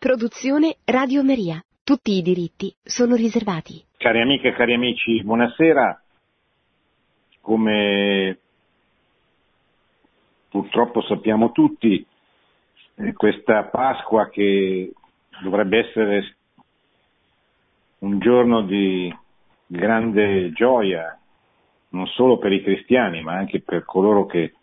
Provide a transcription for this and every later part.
Produzione Radio Maria. Tutti i diritti sono riservati. Cari amiche e cari amici, buonasera. Come purtroppo sappiamo tutti, questa Pasqua, che dovrebbe essere un giorno di grande gioia, non solo per i cristiani, ma anche per coloro che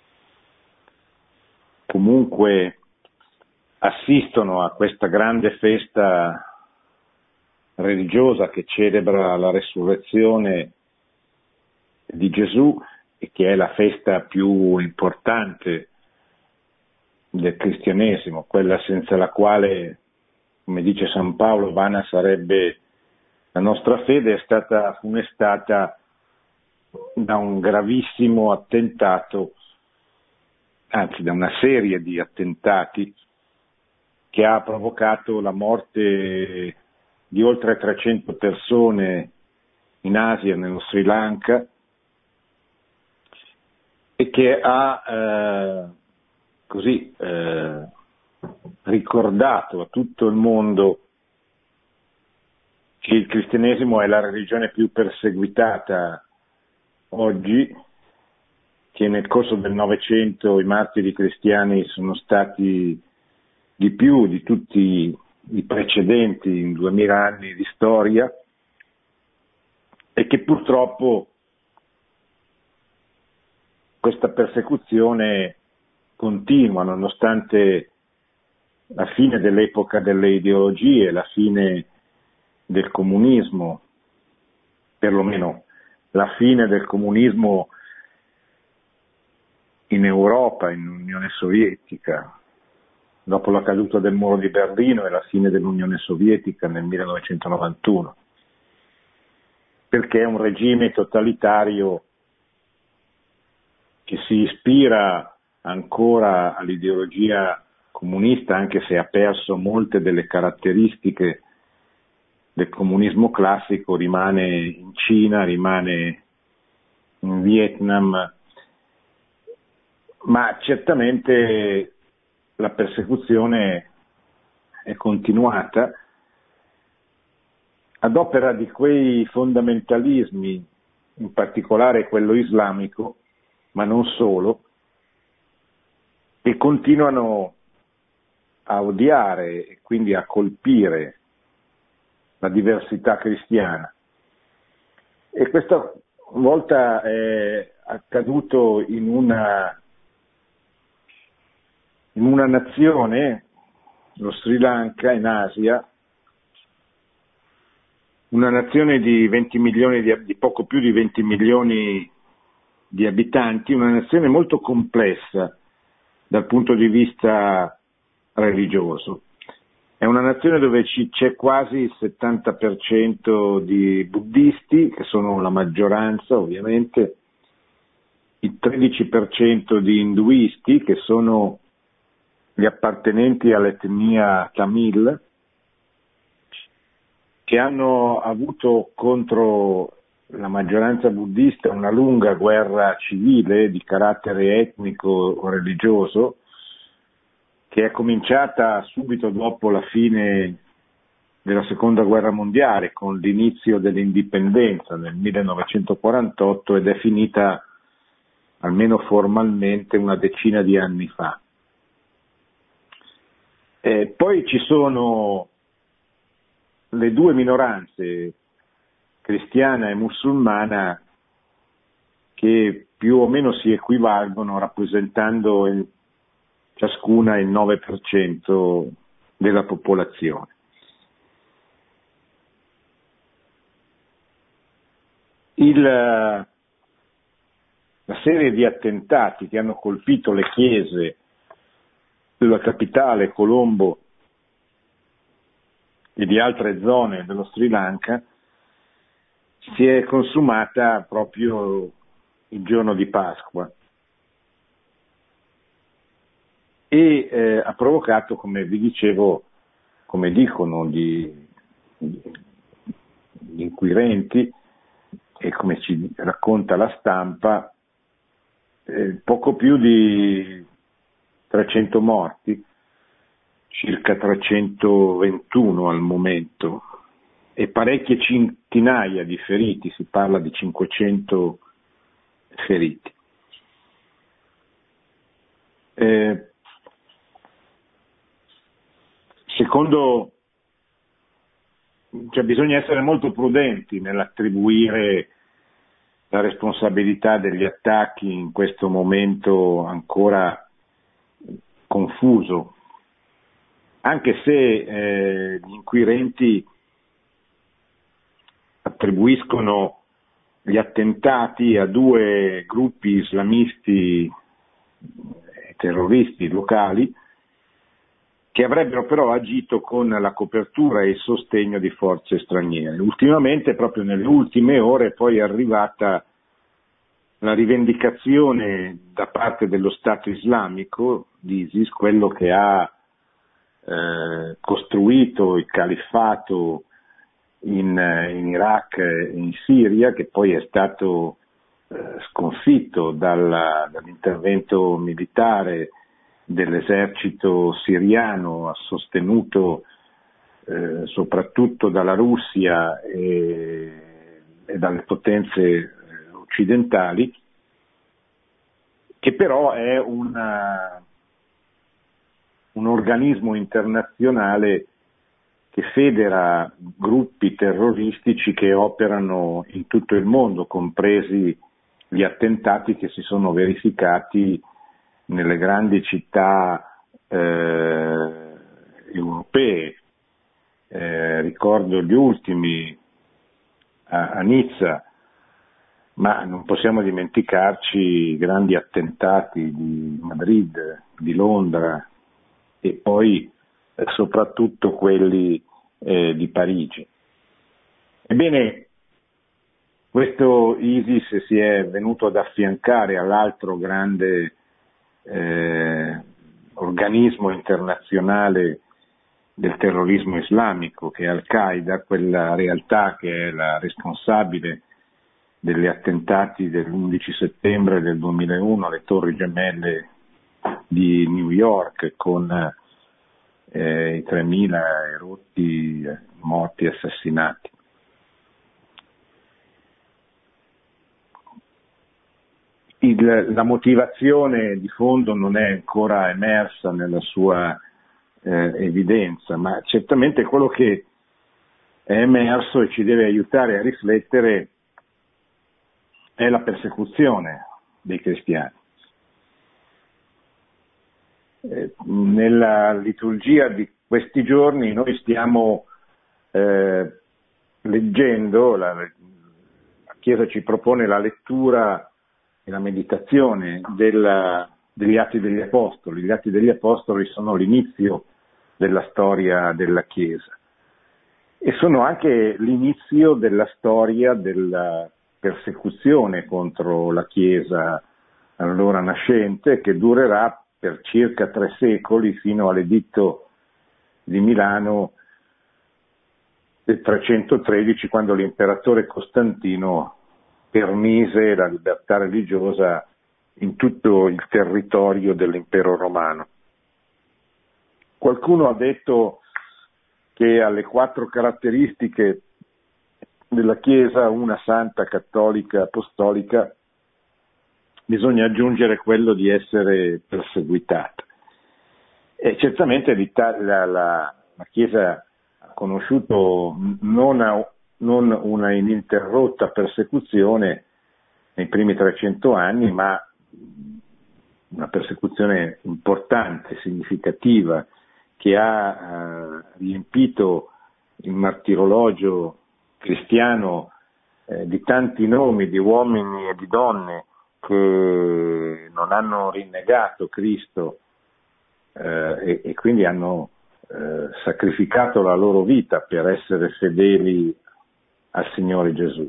comunque assistono a questa grande festa religiosa che celebra la resurrezione di Gesù e che è la festa più importante del cristianesimo, quella senza la quale, come dice San Paolo, vana sarebbe la nostra fede. È stata funestata da un gravissimo attentato, anzi da una serie di attentati che ha provocato la morte di oltre 300 persone in Asia, nello Sri Lanka, e che ha ricordato a tutto il mondo che il cristianesimo è la religione più perseguitata oggi, che nel corso del Novecento i martiri cristiani sono stati di più di tutti i precedenti in 2000 anni di storia, e che purtroppo questa persecuzione continua nonostante la fine dell'epoca delle ideologie, la fine del comunismo, perlomeno la fine del comunismo in Europa, in Unione Sovietica, dopo la caduta del muro di Berlino e la fine dell'Unione Sovietica nel 1991, perché è un regime totalitario che si ispira ancora all'ideologia comunista, anche se ha perso molte delle caratteristiche del comunismo classico, rimane in Cina, rimane in Vietnam, ma certamente la persecuzione è continuata ad opera di quei fondamentalismi, in particolare quello islamico, ma non solo, che continuano a odiare e quindi a colpire la diversità cristiana. E questa volta è accaduto in una nazione, lo Sri Lanka, in Asia, una nazione di 20 milioni di poco più di 20 milioni di abitanti, una nazione molto complessa dal punto di vista religioso. È una nazione dove c'è quasi il 70% di buddisti, che sono la maggioranza ovviamente, il 13% di induisti, che sono gli appartenenti all'etnia Tamil, che hanno avuto contro la maggioranza buddista una lunga guerra civile di carattere etnico o religioso, che è cominciata subito dopo la fine della Seconda Guerra Mondiale, con l'inizio dell'indipendenza nel 1948, ed è finita almeno formalmente una decina di anni fa. Poi ci sono le due minoranze, cristiana e musulmana, che più o meno si equivalgono, rappresentando ciascuna il 9% della popolazione. La serie di attentati che hanno colpito le chiese della capitale Colombo e di altre zone dello Sri Lanka si è consumata proprio il giorno di Pasqua e ha provocato, come vi dicevo, come dicono gli inquirenti e come ci racconta la stampa, poco più di 300 morti, circa 321 al momento e parecchie centinaia di feriti, si parla di 500 feriti. Secondo, bisogna essere molto prudenti nell'attribuire la responsabilità degli attacchi in questo momento ancora confuso, anche se gli inquirenti attribuiscono gli attentati a due gruppi islamisti terroristi locali che avrebbero però agito con la copertura e il sostegno di forze straniere. Ultimamente, proprio nelle ultime ore, poi è arrivata la rivendicazione da parte dello Stato islamico di ISIS, quello che ha costruito il califfato in Iraq e in Siria, che poi è stato sconfitto dall'intervento militare dell'esercito siriano, sostenuto soprattutto dalla Russia e dalle potenze occidentali, che però è un organismo internazionale che federa gruppi terroristici che operano in tutto il mondo, compresi gli attentati che si sono verificati nelle grandi città europee. Ricordo gli ultimi a Nizza, ma non possiamo dimenticarci i grandi attentati di Madrid, di Londra e poi soprattutto quelli di Parigi. Ebbene, questo ISIS si è venuto ad affiancare all'altro grande organismo internazionale del terrorismo islamico, che è Al-Qaeda, quella realtà che è la responsabile degli attentati dell'11 settembre del 2001 alle Torri Gemelle di New York, con i 3.000 erotti morti e assassinati. La motivazione di fondo non è ancora emersa nella sua evidenza, ma certamente quello che è emerso e ci deve aiutare a riflettere è la persecuzione dei cristiani. Nella liturgia di questi giorni noi stiamo leggendo, la Chiesa ci propone la lettura e la meditazione degli Atti degli Apostoli. Gli Atti degli Apostoli sono l'inizio della storia della Chiesa e sono anche l'inizio della storia della persecuzione contro la Chiesa allora nascente, che durerà per circa 3 secoli fino all'editto di Milano del 313, quando l'imperatore Costantino permise la libertà religiosa in tutto il territorio dell'impero romano. Qualcuno ha detto che alle 4 caratteristiche della Chiesa, una santa, cattolica, apostolica, bisogna aggiungere quello di essere perseguitata. E certamente la Chiesa ha conosciuto non una ininterrotta persecuzione nei primi 300 anni, ma una persecuzione importante, significativa, che ha riempito il martirologio cristiano di tanti nomi di uomini e di donne che non hanno rinnegato Cristo e quindi hanno sacrificato la loro vita per essere fedeli al Signore Gesù.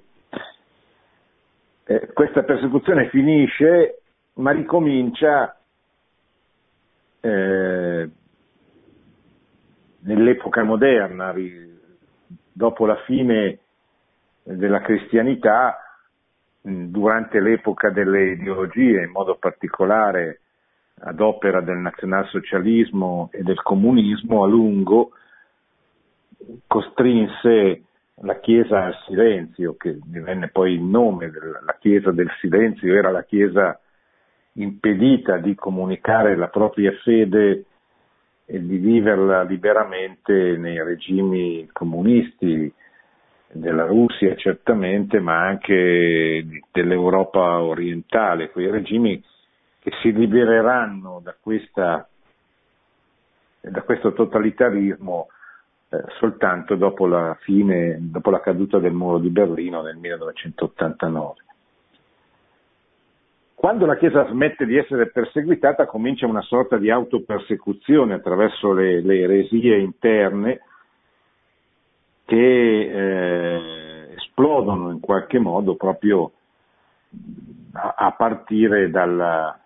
Questa persecuzione finisce, ma ricomincia nell'epoca moderna, dopo la fine della cristianità, durante l'epoca delle ideologie, in modo particolare ad opera del nazionalsocialismo e del comunismo, a lungo costrinse la Chiesa al silenzio, che divenne poi il nome della Chiesa del silenzio, era la Chiesa impedita di comunicare la propria fede e di viverla liberamente nei regimi comunisti della Russia certamente, ma anche dell'Europa orientale, quei regimi che si libereranno da questo totalitarismo soltanto dopo la caduta del muro di Berlino nel 1989. Quando la Chiesa smette di essere perseguitata, comincia una sorta di autopersecuzione attraverso le eresie interne che esplodono in qualche modo proprio a partire da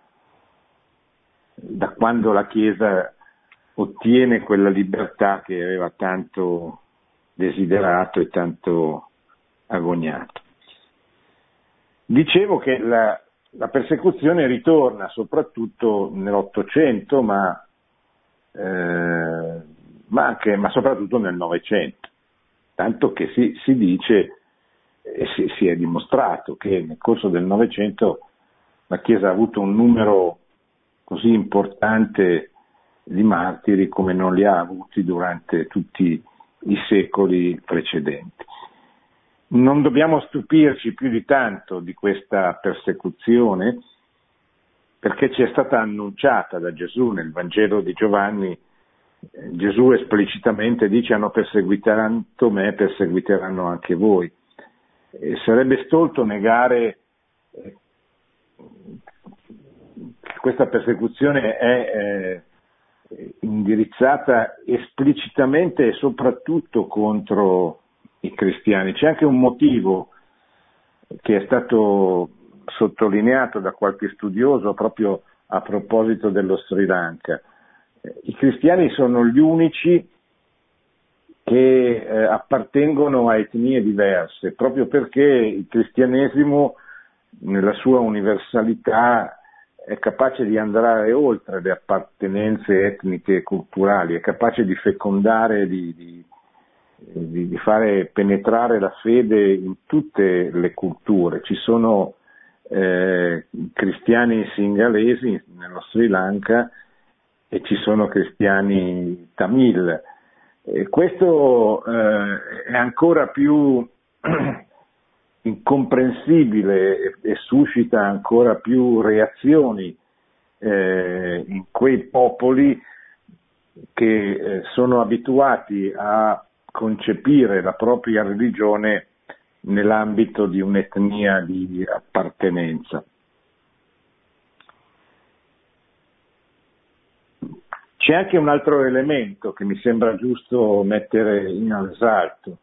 quando la Chiesa ottiene quella libertà che aveva tanto desiderato e tanto agognato. Dicevo che la persecuzione ritorna soprattutto nell'Ottocento, ma soprattutto nel Novecento, tanto che si dice e si è dimostrato che nel corso del Novecento la Chiesa ha avuto un numero così importante di martiri come non li ha avuti durante tutti i secoli precedenti. Non dobbiamo stupirci più di tanto di questa persecuzione, perché ci è stata annunciata da Gesù nel Vangelo di Giovanni. Gesù esplicitamente dice: hanno perseguitato me, perseguiteranno anche voi. E sarebbe stolto negare che questa persecuzione è indirizzata esplicitamente e soprattutto contro i cristiani. C'è anche un motivo che è stato sottolineato da qualche studioso proprio a proposito dello Sri Lanka. I cristiani sono gli unici che appartengono a etnie diverse, proprio perché il cristianesimo nella sua universalità è capace di andare oltre le appartenenze etniche e culturali, è capace di fecondare, di fare penetrare la fede in tutte le culture. Ci sono cristiani singalesi nello Sri Lanka e ci sono cristiani tamil. E questo è ancora più incomprensibile e suscita ancora più reazioni in quei popoli che sono abituati a concepire la propria religione nell'ambito di un'etnia di appartenenza. C'è anche un altro elemento che mi sembra giusto mettere in risalto.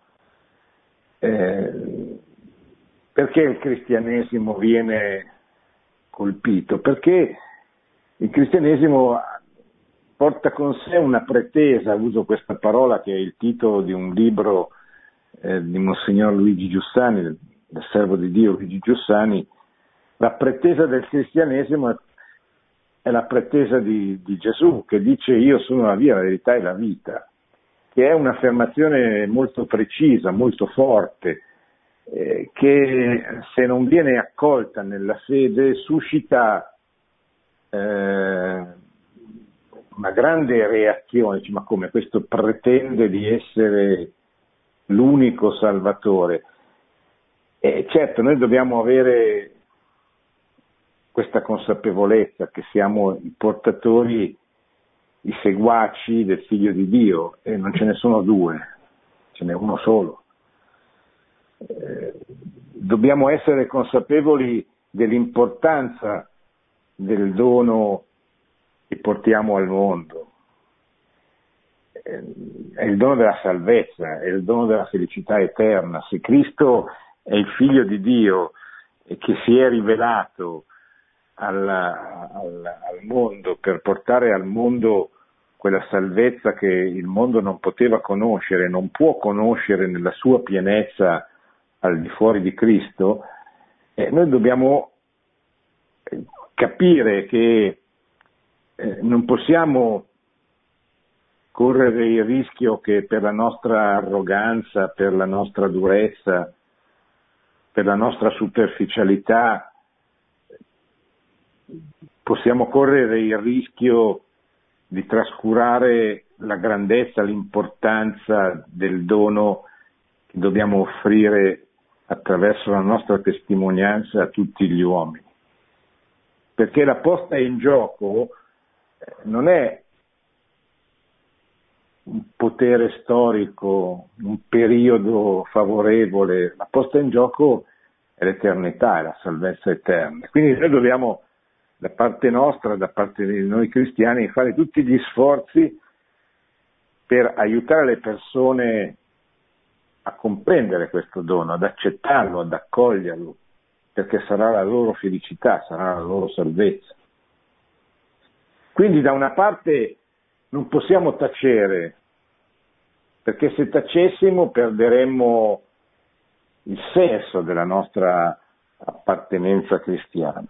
Perché il cristianesimo viene colpito? Perché il cristianesimo porta con sé una pretesa, uso questa parola che è il titolo di un libro di Monsignor Luigi Giussani, del servo di Dio Luigi Giussani. La pretesa del cristianesimo è la pretesa di Gesù, che dice: io sono la via, la verità e la vita, che è un'affermazione molto precisa, molto forte, che se non viene accolta nella fede suscita una grande reazione. Ma come, questo pretende di essere l'unico salvatore? Certo, noi dobbiamo avere questa consapevolezza che siamo i portatori, i seguaci del Figlio di Dio, e non ce ne sono due, ce n'è uno solo. Dobbiamo essere consapevoli dell'importanza del dono che portiamo al mondo. È il dono della salvezza, è il dono della felicità eterna. Se Cristo è il Figlio di Dio e che si è rivelato al mondo per portare al mondo quella salvezza che il mondo non poteva conoscere, non può conoscere nella sua pienezza al di fuori di Cristo, noi dobbiamo capire che non possiamo correre il rischio che per la nostra arroganza, per la nostra durezza, per la nostra superficialità, possiamo correre il rischio di trascurare la grandezza, l'importanza del dono che dobbiamo offrire attraverso la nostra testimonianza a tutti gli uomini. Perché la posta in gioco non è un potere storico, un periodo favorevole, la posta in gioco è l'eternità, è la salvezza eterna. Quindi noi dobbiamo, da parte nostra, da parte di noi cristiani, fare tutti gli sforzi per aiutare le persone a comprendere questo dono, ad accettarlo, ad accoglierlo, perché sarà la loro felicità, sarà la loro salvezza. Quindi da una parte non possiamo tacere, perché se tacessimo perderemmo il senso della nostra appartenenza cristiana.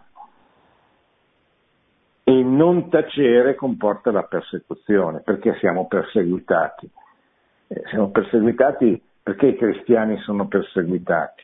E non tacere comporta la persecuzione, perché siamo perseguitati. Siamo perseguitati perché i cristiani sono perseguitati.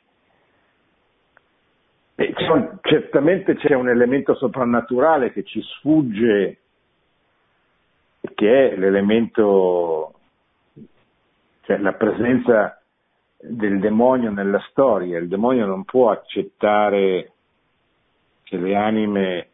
E certamente c'è un elemento soprannaturale che ci sfugge, che è l'elemento, cioè la presenza del demonio nella storia. Il demonio non può accettare che le anime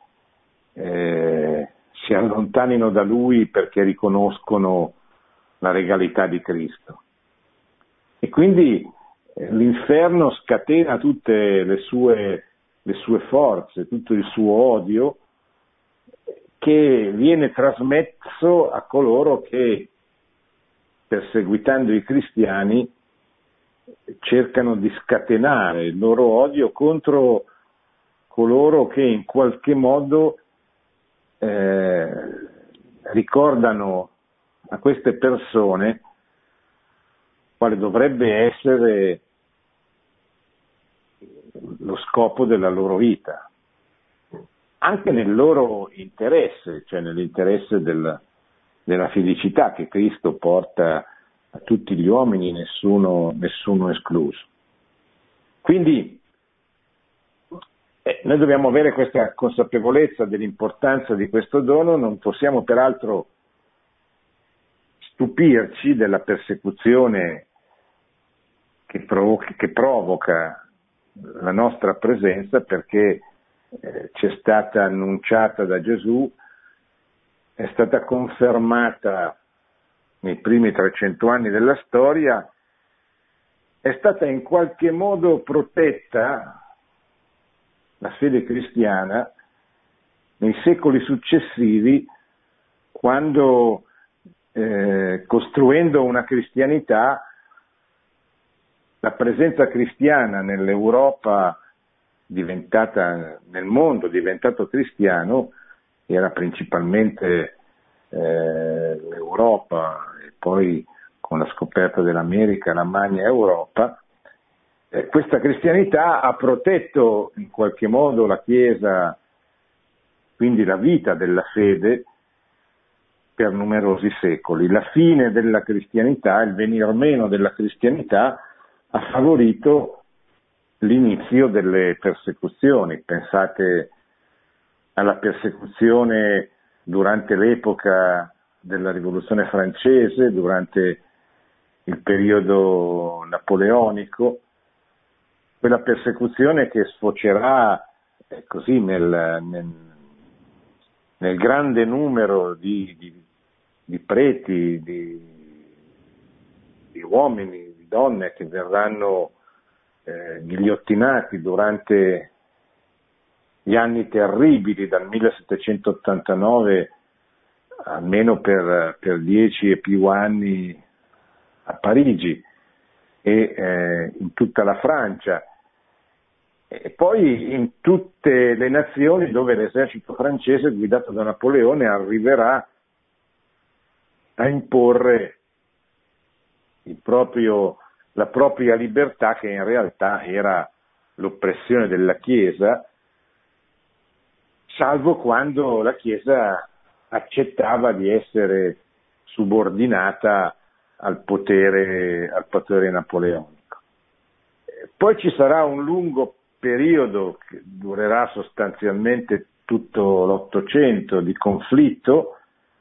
si allontanino da lui perché riconoscono la regalità di Cristo. E quindi l'inferno scatena tutte le sue forze, tutto il suo odio, che viene trasmesso a coloro che, perseguitando i cristiani, cercano di scatenare il loro odio contro coloro che in qualche modo ricordano a queste persone quale dovrebbe essere lo scopo della loro vita, anche nel loro interesse, cioè nell'interesse della felicità che Cristo porta a tutti gli uomini, nessuno escluso. Quindi noi dobbiamo avere questa consapevolezza dell'importanza di questo dono, non possiamo peraltro stupirci della persecuzione che provoca la nostra presenza, perché ci è stata annunciata da Gesù, è stata confermata nei primi 300 anni della storia, è stata in qualche modo protetta la fede cristiana nei secoli successivi, quando costruendo una cristianità, la presenza cristiana nell'Europa nel mondo diventato cristiano, era principalmente l'Europa, e poi con la scoperta dell'America, la Magna Europa. Questa cristianità ha protetto in qualche modo la Chiesa, quindi la vita della fede, per numerosi secoli. La fine della cristianità, il venir meno della cristianità, ha favorito l'inizio delle persecuzioni. Pensate alla persecuzione durante l'epoca della Rivoluzione francese, durante il periodo napoleonico, quella persecuzione che sfocerà così nel grande numero di preti, di uomini, di donne che verranno ghigliottinati durante gli anni terribili dal 1789 almeno per 10 e più anni a Parigi e in tutta la Francia, e poi in tutte le nazioni dove l'esercito francese guidato da Napoleone arriverà a imporre la propria libertà, che in realtà era l'oppressione della Chiesa, salvo quando la Chiesa accettava di essere subordinata al potere napoleonico. Poi ci sarà un lungo periodo che durerà sostanzialmente tutto l'Ottocento di conflitto,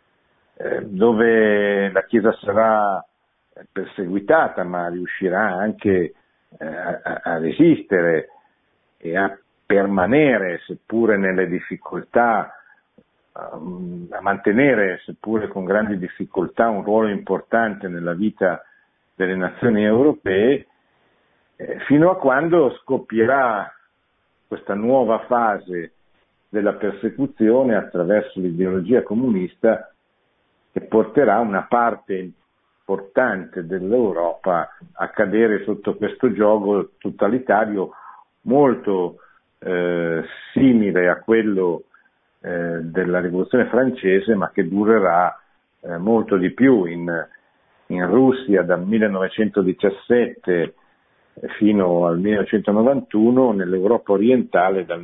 dove la Chiesa sarà perseguitata, ma riuscirà anche a resistere e a permanere, seppure nelle difficoltà, a mantenere, seppure con grandi difficoltà, un ruolo importante nella vita delle nazioni europee, fino a quando scoppierà questa nuova fase della persecuzione attraverso l'ideologia comunista, che porterà una parte importante dell'Europa a cadere sotto questo giogo totalitario molto simile a quello della Rivoluzione francese, ma che durerà molto di più. In Russia dal 1917 fino al 1991, nell'Europa orientale dal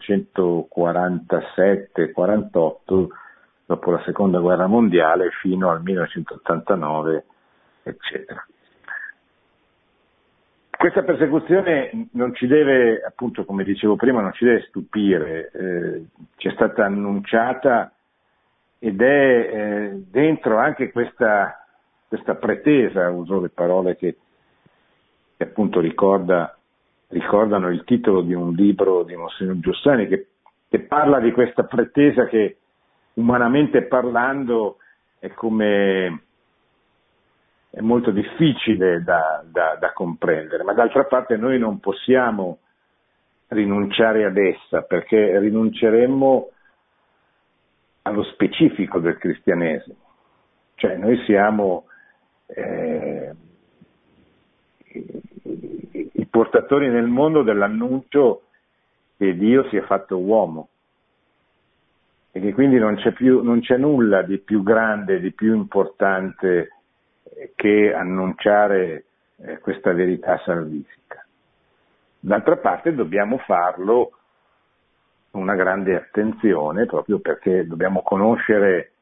1947-48, dopo la Seconda Guerra Mondiale, fino al 1989, eccetera. Questa persecuzione non ci deve, appunto, come dicevo prima, non ci deve stupire, ci è stata annunciata ed è dentro anche questa pretesa, uso le parole che appunto ricordano il titolo di un libro di Monsignor Giussani, che parla di questa pretesa che, umanamente parlando, è molto difficile da comprendere, ma d'altra parte noi non possiamo rinunciare ad essa, perché rinunceremmo allo specifico del cristianesimo. Cioè noi siamo i portatori nel mondo dell'annuncio che Dio si è fatto uomo e che quindi non c'è nulla di più grande, di più importante che annunciare questa verità salvifica. D'altra parte dobbiamo farlo con una grande attenzione, proprio perché dobbiamo conoscere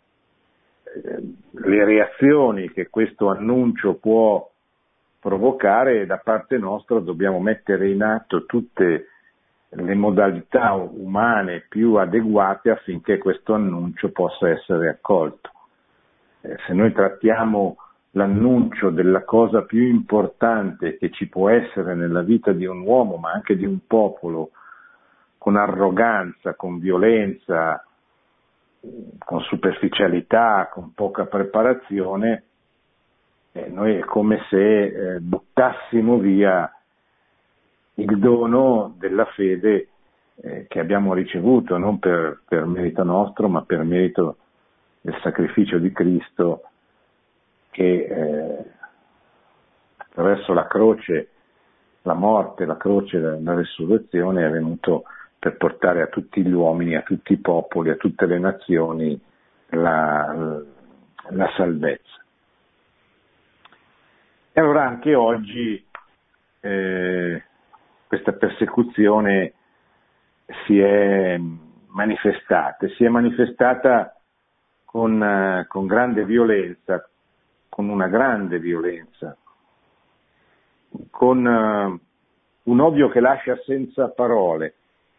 le reazioni che questo annuncio può provocare, e da parte nostra dobbiamo mettere in atto tutte le modalità umane più adeguate affinché questo annuncio possa essere accolto. Se noi trattiamo l'annuncio della cosa più importante che ci può essere nella vita di un uomo, ma anche di un popolo, con arroganza, con violenza, con superficialità, con poca preparazione, noi è come se buttassimo via il dono della fede che abbiamo ricevuto, non per merito nostro, ma per merito del sacrificio di Cristo, che attraverso la croce, la morte, la croce, la resurrezione è venuto per portare a tutti gli uomini, a tutti i popoli, a tutte le nazioni la salvezza. E allora anche oggi questa persecuzione si è manifestata con grande violenza, con una grande violenza, con un odio che lascia senza parole,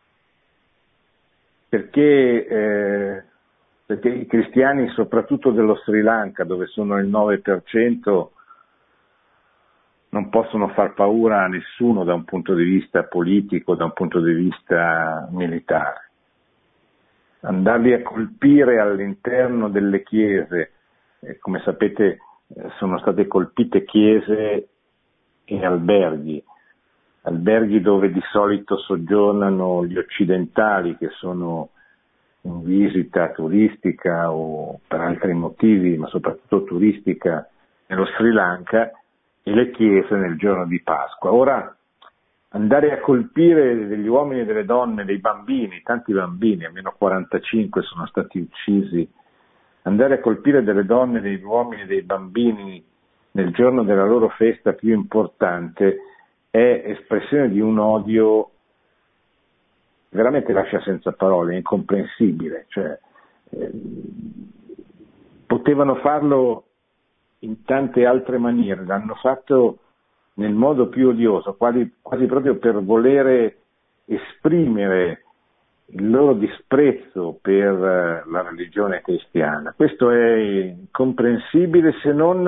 perché i cristiani, soprattutto dello Sri Lanka, dove sono il 9%, non possono far paura a nessuno da un punto di vista politico, da un punto di vista militare. Andarli a colpire all'interno delle chiese, come sapete sono state colpite chiese e alberghi dove di solito soggiornano gli occidentali che sono in visita turistica o per altri motivi, ma soprattutto turistica, nello Sri Lanka, e le chiese nel giorno di Pasqua. Ora, andare a colpire degli uomini e delle donne, dei bambini, tanti bambini, almeno 45 sono stati uccisi, andare a colpire delle donne, degli uomini e dei bambini nel giorno della loro festa più importante è espressione di un odio veramente lascia senza parole, è incomprensibile. Cioè, Potevano farlo in tante altre maniere, l'hanno fatto nel modo più odioso, quasi proprio per volere esprimere il loro disprezzo per la religione cristiana. Questo è incomprensibile se non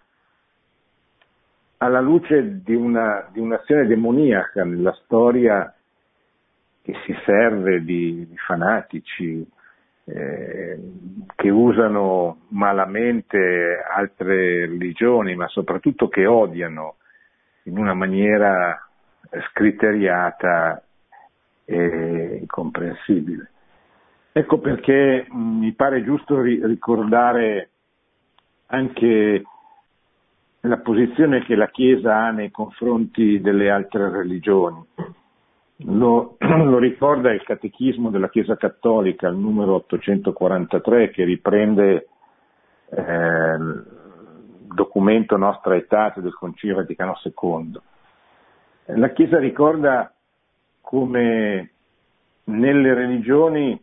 alla luce di un'azione demoniaca nella storia che si serve di fanatici che usano malamente altre religioni, ma soprattutto che odiano in una maniera scriteriata e incomprensibile. Ecco perché mi pare giusto ricordare anche la posizione che la Chiesa ha nei confronti delle altre religioni. Lo ricorda il Catechismo della Chiesa Cattolica, il numero 843, che riprende il documento Nostra Aetate del Concilio Vaticano II. La Chiesa ricorda come nelle religioni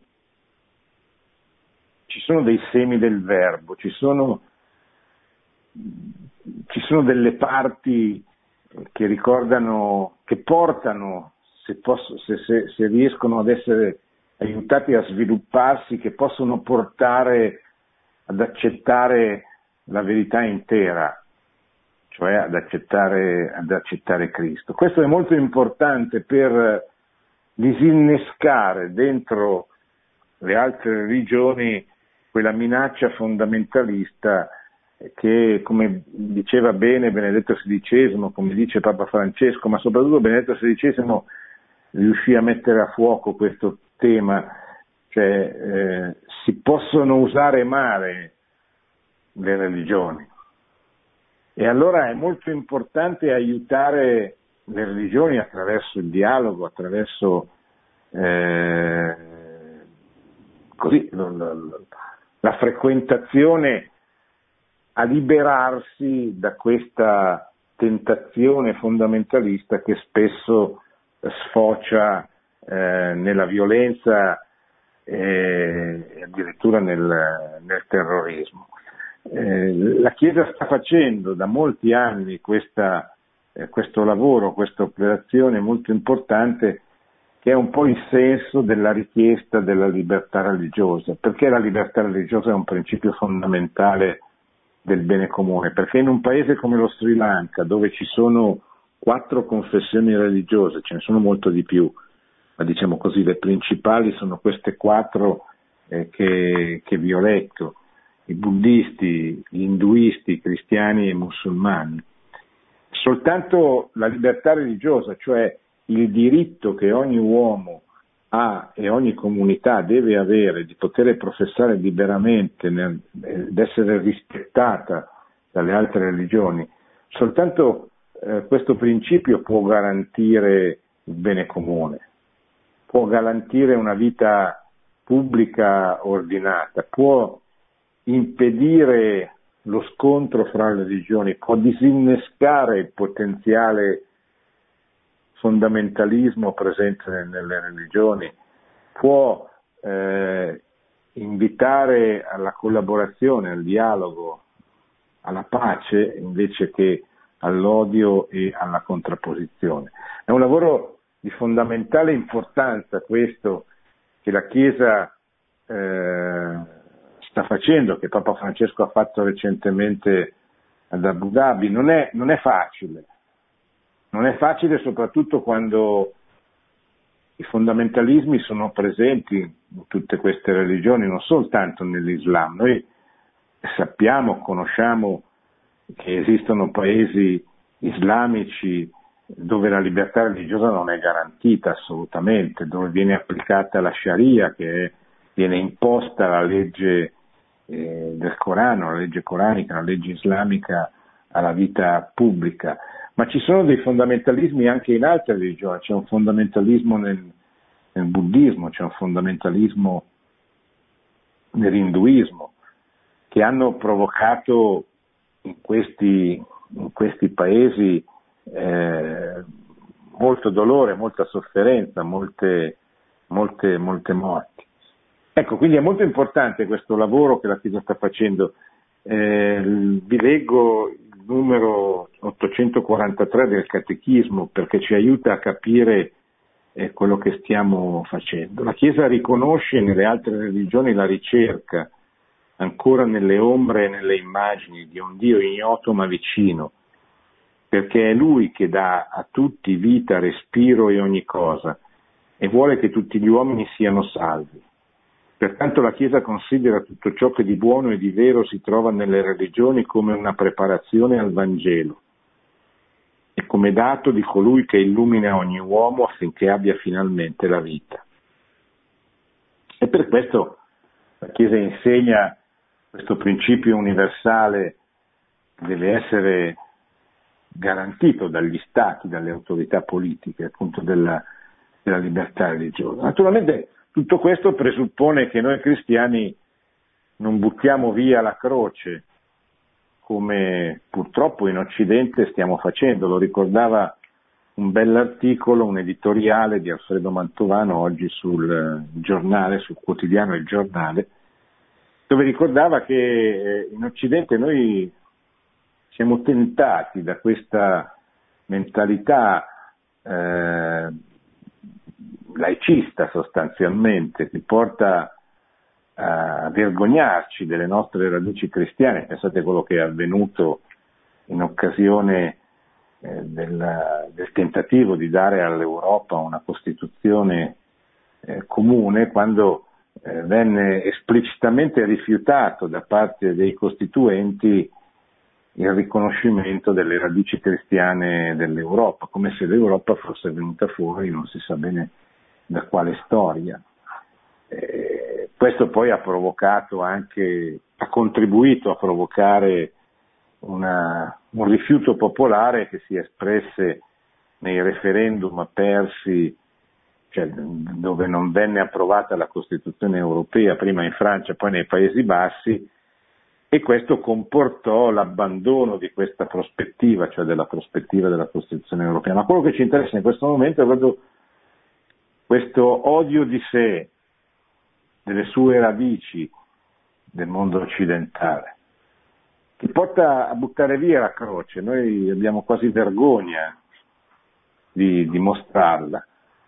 ci sono dei semi del verbo, ci sono delle parti che ricordano, che portano, se riescono ad essere aiutati a svilupparsi, che possono portare ad accettare la verità intera, cioè ad accettare Cristo. Questo è molto importante per disinnescare dentro le altre religioni quella minaccia fondamentalista che, come diceva bene Benedetto XVI, come dice Papa Francesco, ma soprattutto Benedetto XVI riuscì a mettere a fuoco questo tema, cioè si possono usare male le religioni. E allora è molto importante aiutare le religioni attraverso il dialogo, attraverso la frequentazione, a liberarsi da questa tentazione fondamentalista che spesso sfocia nella violenza e addirittura nel terrorismo. La Chiesa sta facendo da molti anni questo lavoro, questa operazione molto importante, che è un po' il senso della richiesta della libertà religiosa. Perché la libertà religiosa è un principio fondamentale del bene comune? Perché in un paese come lo Sri Lanka, dove ci sono 4 confessioni religiose, ce ne sono molto di più, ma diciamo così, le principali sono queste 4 che vi ho letto, i buddisti, gli induisti, i cristiani e i musulmani. Soltanto la libertà religiosa, cioè il diritto che ogni uomo ha e ogni comunità deve avere di poter professare liberamente, ed essere rispettata dalle altre religioni, soltanto questo principio può garantire il bene comune, può garantire una vita pubblica ordinata, può impedire lo scontro fra le religioni, può disinnescare il potenziale fondamentalismo presente nelle religioni, può invitare alla collaborazione, al dialogo, alla pace invece che all'odio e alla contrapposizione. È un lavoro di fondamentale importanza questo che la Chiesa sta facendo, che Papa Francesco ha fatto recentemente ad Abu Dhabi. Non è facile. Non è facile soprattutto quando i fondamentalismi sono presenti in tutte queste religioni, non soltanto nell'Islam. Noi sappiamo, conosciamo che esistono paesi islamici dove la libertà religiosa non è garantita assolutamente, dove viene applicata la Sharia, viene imposta la legge del Corano, la legge coranica, la legge islamica alla vita pubblica. Ma ci sono dei fondamentalismi anche in altre religioni, c'è un fondamentalismo nel buddismo, c'è un fondamentalismo nell'induismo, che hanno provocato in questi paesi molto dolore, molta sofferenza, molte morti. Ecco, quindi è molto importante questo lavoro che la Chiesa sta facendo. Vi leggo il numero 843 del Catechismo perché ci aiuta a capire quello che stiamo facendo. La Chiesa riconosce nelle altre religioni la ricerca, ancora nelle ombre e nelle immagini, di un Dio ignoto ma vicino, perché è Lui che dà a tutti vita, respiro e ogni cosa, e vuole che tutti gli uomini siano salvi. Pertanto la Chiesa considera tutto ciò che di buono e di vero si trova nelle religioni come una preparazione al Vangelo e come dato di colui che illumina ogni uomo affinché abbia finalmente la vita. E per questo la Chiesa insegna questo principio universale deve essere garantito dagli stati, dalle autorità politiche, appunto della libertà religiosa. Naturalmente tutto questo presuppone che noi cristiani non buttiamo via la croce, come purtroppo in Occidente stiamo facendo. Lo ricordava un bell'articolo, un editoriale di Alfredo Mantovano oggi sul giornale, sul quotidiano Il Giornale, dove ricordava che in Occidente noi siamo tentati da questa mentalità laicista sostanzialmente, che porta a vergognarci delle nostre radici cristiane. Pensate a quello che è avvenuto in occasione del tentativo di dare all'Europa una Costituzione comune, quando venne esplicitamente rifiutato da parte dei costituenti il riconoscimento delle radici cristiane dell'Europa, come se l'Europa fosse venuta fuori non si sa bene da quale storia. Questo poi ha contribuito a provocare un rifiuto popolare che si espresse nei referendum persi, cioè dove non venne approvata la Costituzione europea, prima in Francia, poi nei Paesi Bassi, e questo comportò l'abbandono di questa prospettiva, cioè della prospettiva della Costituzione europea. Ma quello che ci interessa in questo momento è proprio questo odio di sé, delle sue radici del mondo occidentale, che porta a buttare via la croce. Noi abbiamo quasi vergogna di mostrarla.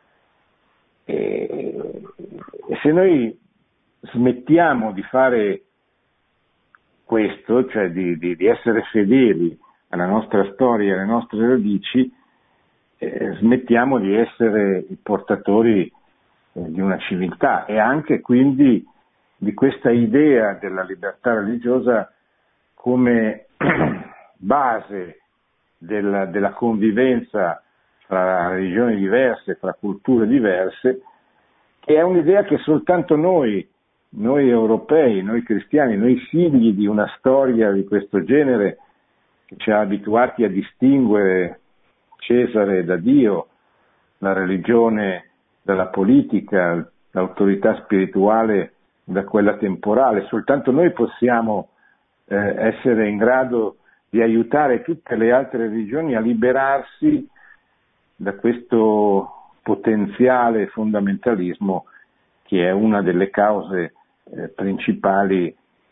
E se noi smettiamo di fare questo, cioè di essere fedeli alla nostra storia, alle nostre radici, smettiamo di essere i portatori di una civiltà e anche quindi di questa idea della libertà religiosa come base della convivenza fra religioni diverse, fra culture diverse, che è un'idea che soltanto noi europei, noi cristiani, noi figli di una storia di questo genere che ci ha abituati a distinguere Cesare da Dio, la religione dalla politica, l'autorità spirituale da quella temporale, soltanto noi possiamo essere in grado di aiutare tutte le altre religioni a liberarsi da questo potenziale fondamentalismo che è una delle cause principali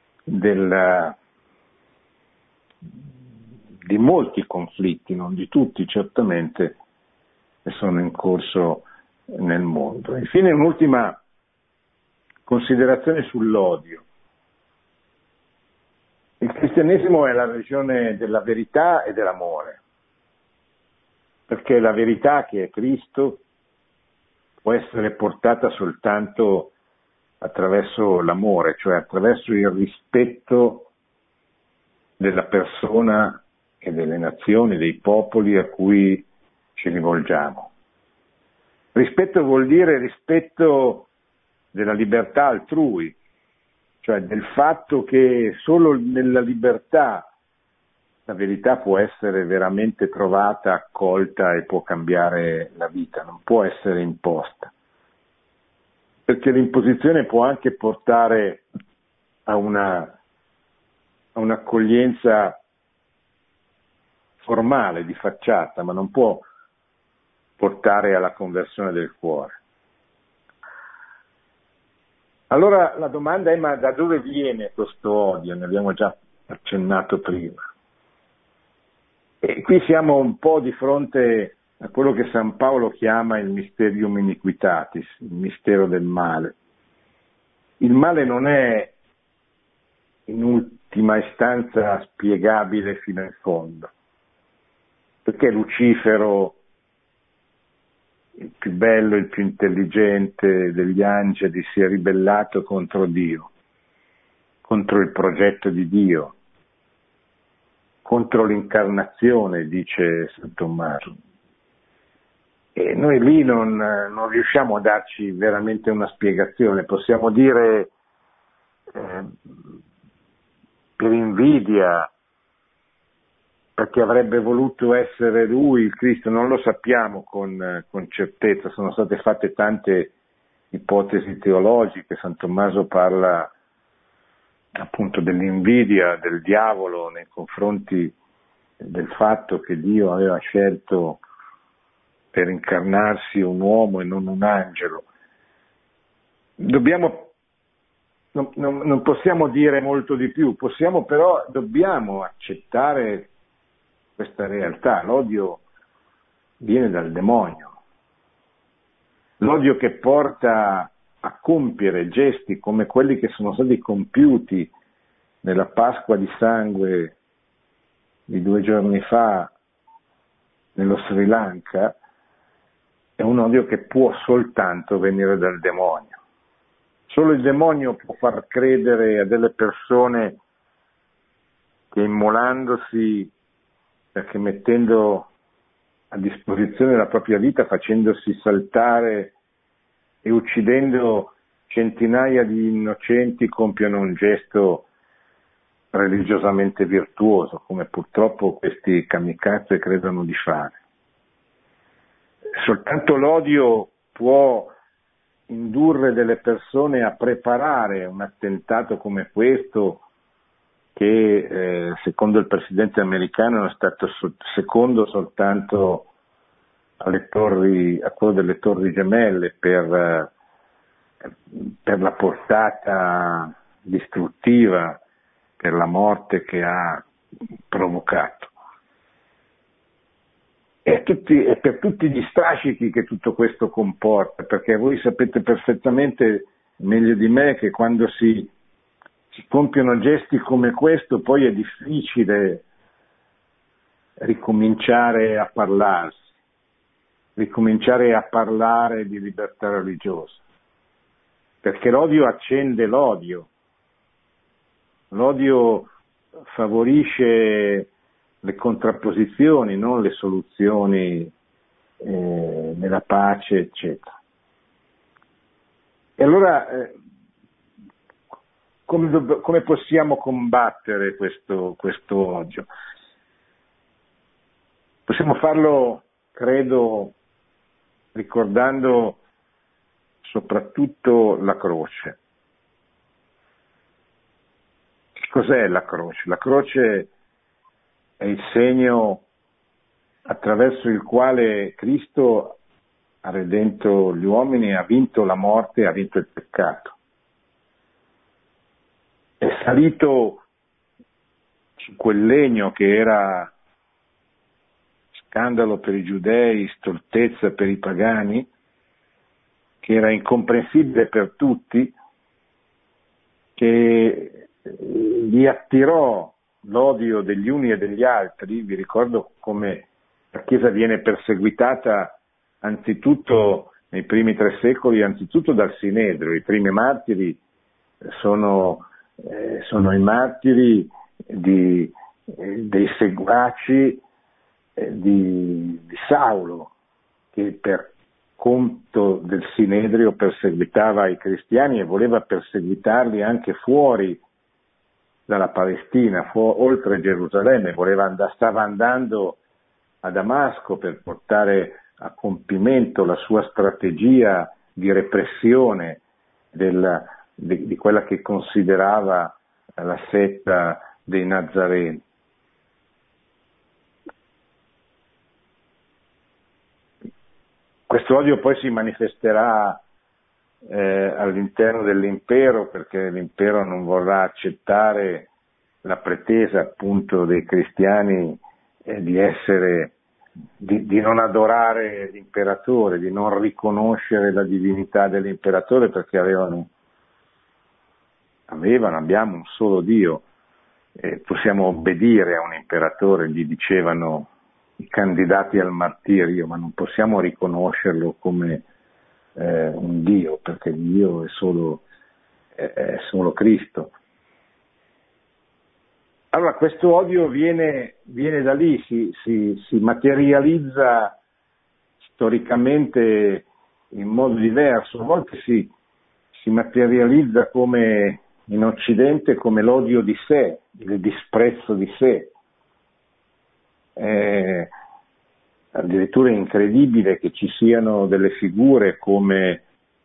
di molti conflitti, non di tutti certamente, che sono in corso nel mondo. Infine un'ultima considerazione sull'odio. Il cristianesimo è la religione della verità e dell'amore, perché la verità, che è Cristo, può essere portata soltanto attraverso l'amore, cioè attraverso il rispetto della persona e delle nazioni, dei popoli a cui ci rivolgiamo. Rispetto vuol dire rispetto della libertà altrui, cioè del fatto che solo nella libertà la verità può essere veramente trovata, accolta e può cambiare la vita, non può essere imposta. Perché l'imposizione può anche portare a un'accoglienza formale, di facciata, ma non può portare alla conversione del cuore. Allora la domanda è: ma da dove viene questo odio? Ne abbiamo già accennato prima. E qui siamo un po' di fronte a quello che San Paolo chiama il mysterium iniquitatis, il mistero del male. Il male non è in ultima istanza spiegabile fino in fondo, perché Lucifero, il più bello, il più intelligente degli angeli, si è ribellato contro Dio, contro il progetto di Dio, contro l'incarnazione, dice San Tommaso. E noi lì non riusciamo a darci veramente una spiegazione. Possiamo dire per invidia, perché avrebbe voluto essere lui il Cristo, non lo sappiamo con certezza. Sono state fatte tante ipotesi teologiche. San Tommaso parla appunto dell'invidia del diavolo nei confronti del fatto che Dio aveva scelto per incarnarsi un uomo e non un angelo. Non possiamo dire molto di più, dobbiamo accettare questa realtà. L'odio viene dal demonio. L'odio che porta a compiere gesti come quelli che sono stati compiuti nella Pasqua di sangue di 2 giorni fa nello Sri Lanka, è un odio che può soltanto venire dal demonio. Solo il demonio può far credere a delle persone che immolandosi, perché mettendo a disposizione la propria vita, facendosi saltare e uccidendo centinaia di innocenti, compiono un gesto religiosamente virtuoso, come purtroppo questi kamikaze credono di fare. Soltanto l'odio può indurre delle persone a preparare un attentato come questo, che secondo il presidente americano è stato secondo soltanto a quello delle Torri Gemelle per la portata distruttiva, per la morte che ha provocato. E per tutti gli strascichi che tutto questo comporta, perché voi sapete perfettamente, meglio di me, che quando si compiono gesti come questo poi è difficile ricominciare a parlarsi, ricominciare a parlare di libertà religiosa, perché l'odio accende l'odio favorisce le contrapposizioni, non le soluzioni nella pace, eccetera. E allora come possiamo combattere questo odio? Possiamo farlo, credo, ricordando soprattutto la croce. Cos'è la croce? La croce è il segno attraverso il quale Cristo ha redento gli uomini, ha vinto la morte, ha vinto il peccato. È salito su quel legno che era scandalo per i giudei, stoltezza per i pagani, che era incomprensibile per tutti, che gli attirò l'odio degli uni e degli altri. Vi ricordo come la Chiesa viene perseguitata anzitutto nei primi 3 secoli, anzitutto dal Sinedrio. I primi martiri sono i martiri dei seguaci di Saulo, che per conto del Sinedrio perseguitava i cristiani e voleva perseguitarli anche fuori dalla Palestina, oltre Gerusalemme. Stava andando a Damasco per portare a compimento la sua strategia di repressione di quella che considerava la setta dei Nazareni. Questo odio poi si manifesterà all'interno dell'impero, perché l'impero non vorrà accettare la pretesa appunto dei cristiani di non adorare l'imperatore, di non riconoscere la divinità dell'imperatore, perché abbiamo un solo Dio, possiamo obbedire a un imperatore, gli dicevano i candidati al martirio, ma non possiamo riconoscerlo come un Dio, perché Dio è solo Cristo. Allora questo odio viene da lì, si materializza storicamente in modo diverso, a volte si materializza come in Occidente come l'odio di sé, il disprezzo di sé. È addirittura incredibile che ci siano delle figure come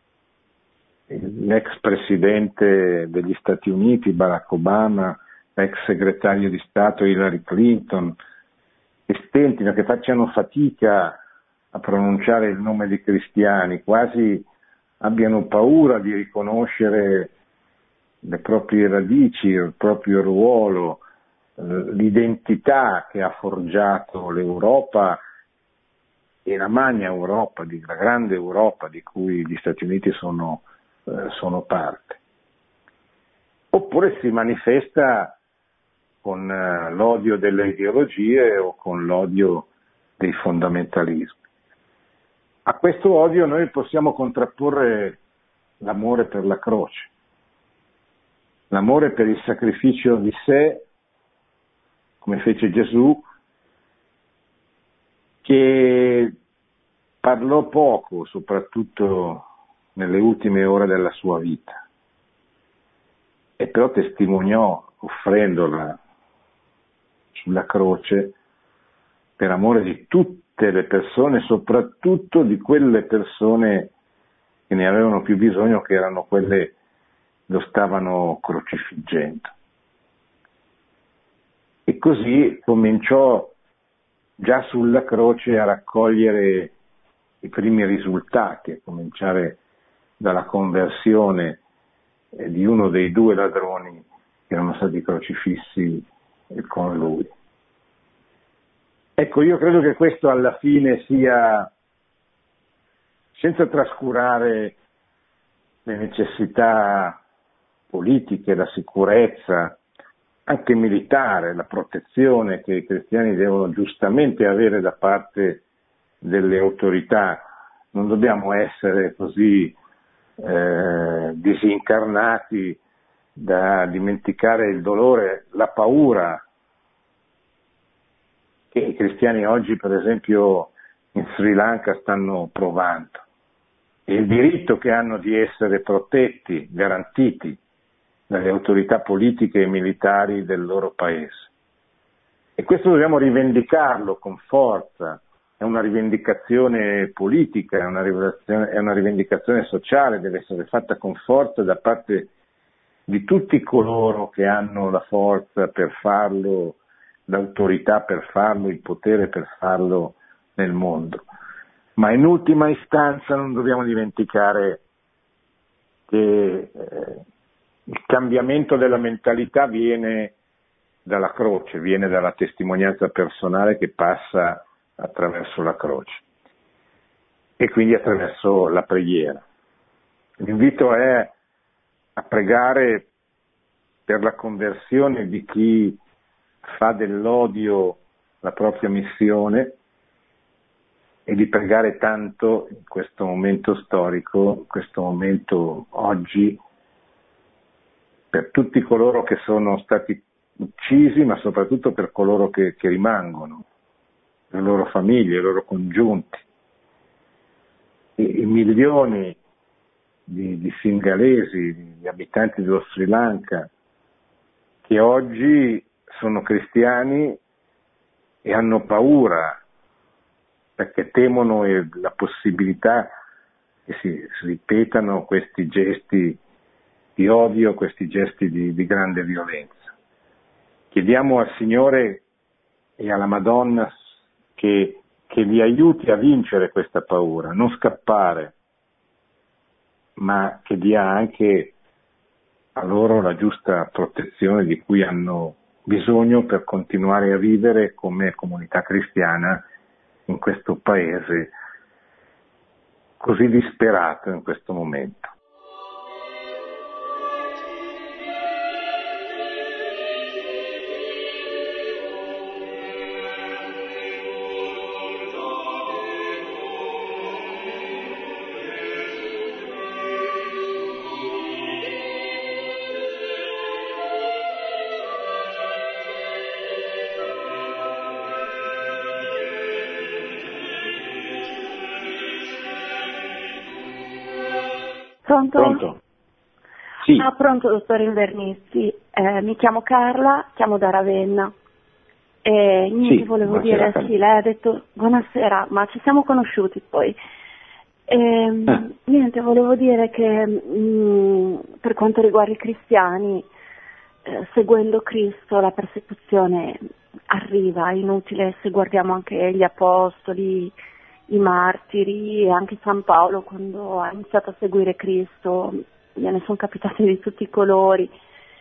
l'ex presidente degli Stati Uniti Barack Obama, l'ex segretario di Stato Hillary Clinton, che stentino, che facciano fatica a pronunciare il nome dei cristiani, quasi abbiano paura di riconoscere le proprie radici, il proprio ruolo, l'identità che ha forgiato l'Europa e la magna Europa, la grande Europa di cui gli Stati Uniti sono parte. Oppure si manifesta con l'odio delle ideologie o con l'odio dei fondamentalismi. A questo odio noi possiamo contrapporre l'amore per la croce, l'amore per il sacrificio di sé, come fece Gesù, che parlò poco, soprattutto nelle ultime ore della sua vita, e però testimoniò offrendola sulla croce per amore di tutte le persone, soprattutto di quelle persone che ne avevano più bisogno, che erano quelle che lo stavano crocifiggendo. E così cominciò già sulla croce a raccogliere i primi risultati, a cominciare dalla conversione di uno dei due ladroni che erano stati crocifissi con lui. Ecco, io credo che questo alla fine sia, senza trascurare le necessità politiche, la sicurezza, anche militare, la protezione che i cristiani devono giustamente avere da parte delle autorità. Non dobbiamo essere così disincarnati da dimenticare il dolore, la paura che i cristiani oggi, per esempio, in Sri Lanka stanno provando, e il diritto che hanno di essere protetti, garantiti dalle autorità politiche e militari del loro paese. E questo dobbiamo rivendicarlo con forza, è una rivendicazione politica, è una rivendicazione sociale, deve essere fatta con forza da parte di tutti coloro che hanno la forza per farlo, l'autorità per farlo, il potere per farlo nel mondo. Ma in ultima istanza non dobbiamo dimenticare che il cambiamento della mentalità viene dalla croce, viene dalla testimonianza personale che passa attraverso la croce e quindi attraverso la preghiera. L'invito è a pregare per la conversione di chi fa dell'odio la propria missione e di pregare tanto in questo momento storico, in questo momento oggi, per tutti coloro che sono stati uccisi, ma soprattutto per coloro che rimangono, le loro famiglie, i loro congiunti, i milioni di singalesi, di abitanti dello Sri Lanka, che oggi sono cristiani e hanno paura perché temono la possibilità che si ripetano questi gesti di odio, questi gesti di grande violenza. Chiediamo al Signore e alla Madonna che li aiuti a vincere questa paura, non scappare, ma che dia anche a loro la giusta protezione di cui hanno bisogno per continuare a vivere come comunità cristiana in questo paese così disperato in questo momento. Pronto? Pronto? Sì. Ah, pronto, dottor Invernizzi. Mi chiamo Carla, chiamo da Ravenna. E niente, Sì, volevo buonasera, dire, Carla. sì, lei ha detto buonasera, ma ci siamo conosciuti poi. Niente, volevo dire che per quanto riguarda i cristiani, seguendo Cristo la persecuzione arriva, è inutile se guardiamo anche gli apostoli, i martiri e anche San Paolo quando ha iniziato a seguire Cristo, gliene sono capitati di tutti i colori.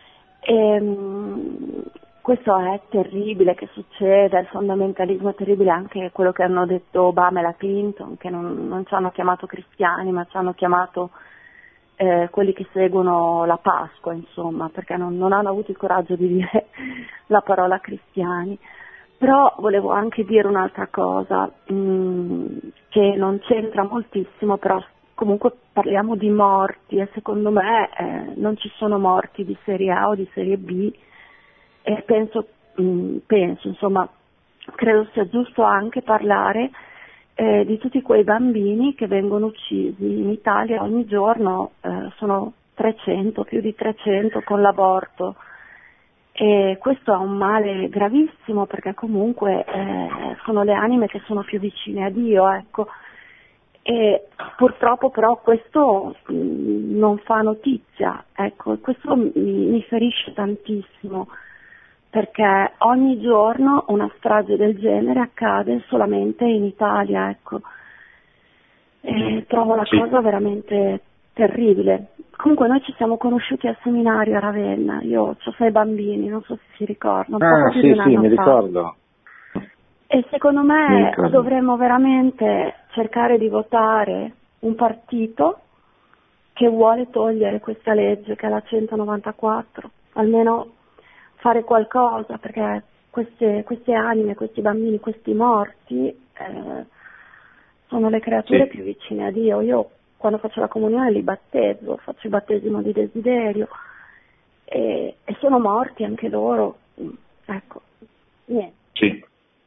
Questo è terribile che succeda, il fondamentalismo è terribile, anche quello che hanno detto Obama e la Clinton, che non ci hanno chiamato cristiani, ma ci hanno chiamato quelli che seguono la Pasqua, insomma, perché non hanno avuto il coraggio di dire la parola cristiani. Però volevo anche dire un'altra cosa, che non c'entra moltissimo, però comunque parliamo di morti e secondo me non ci sono morti di serie A o di serie B, e penso, insomma, credo sia giusto anche parlare di tutti quei bambini che vengono uccisi in Italia ogni giorno, sono 300, più di 300 con l'aborto. E questo è un male gravissimo perché comunque sono le anime che sono più vicine a Dio, ecco. E purtroppo però questo non fa notizia, ecco, e questo mi ferisce tantissimo perché ogni giorno una strage del genere accade solamente in Italia, ecco. E trovo la cosa veramente terribile. Comunque noi ci siamo conosciuti al seminario a Ravenna, io ho 6 bambini, non so se si ricordano, poco più di un anno mi fa. ricordo. E secondo me dovremmo veramente cercare di votare un partito che vuole togliere questa legge che è la 194, almeno fare qualcosa, perché queste anime, questi bambini, questi morti sono le creature più vicine a Dio. Io quando faccio la comunione li battezzo, faccio il battesimo di desiderio e sono morti anche loro, ecco, niente. Sì.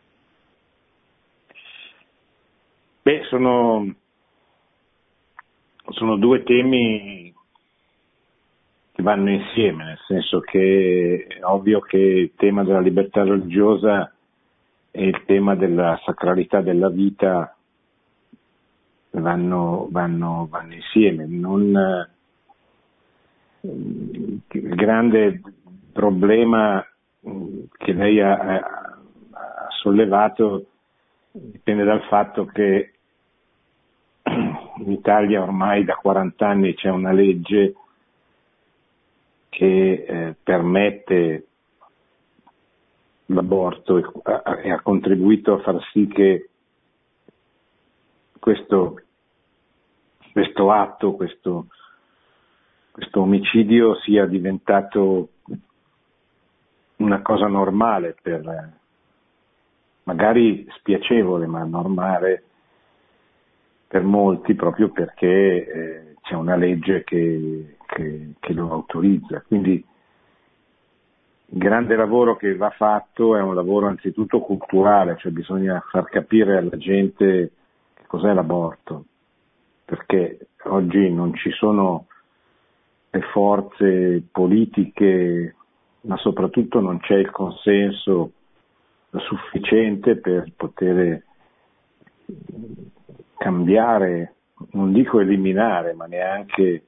Beh, sono due temi che vanno insieme, nel senso che è ovvio che il tema della libertà religiosa e il tema della sacralità della vita vanno insieme. Il grande problema che lei ha sollevato dipende dal fatto che in Italia ormai da 40 anni c'è una legge che permette l'aborto e ha contribuito a far sì che questo atto, questo omicidio sia diventato una cosa normale, magari spiacevole, ma normale per molti, proprio perché c'è una legge che lo autorizza. Quindi il grande lavoro che va fatto è un lavoro anzitutto culturale, cioè bisogna far capire alla gente che cos'è l'aborto, perché oggi non ci sono le forze politiche, ma soprattutto non c'è il consenso sufficiente per poter cambiare, non dico eliminare, ma neanche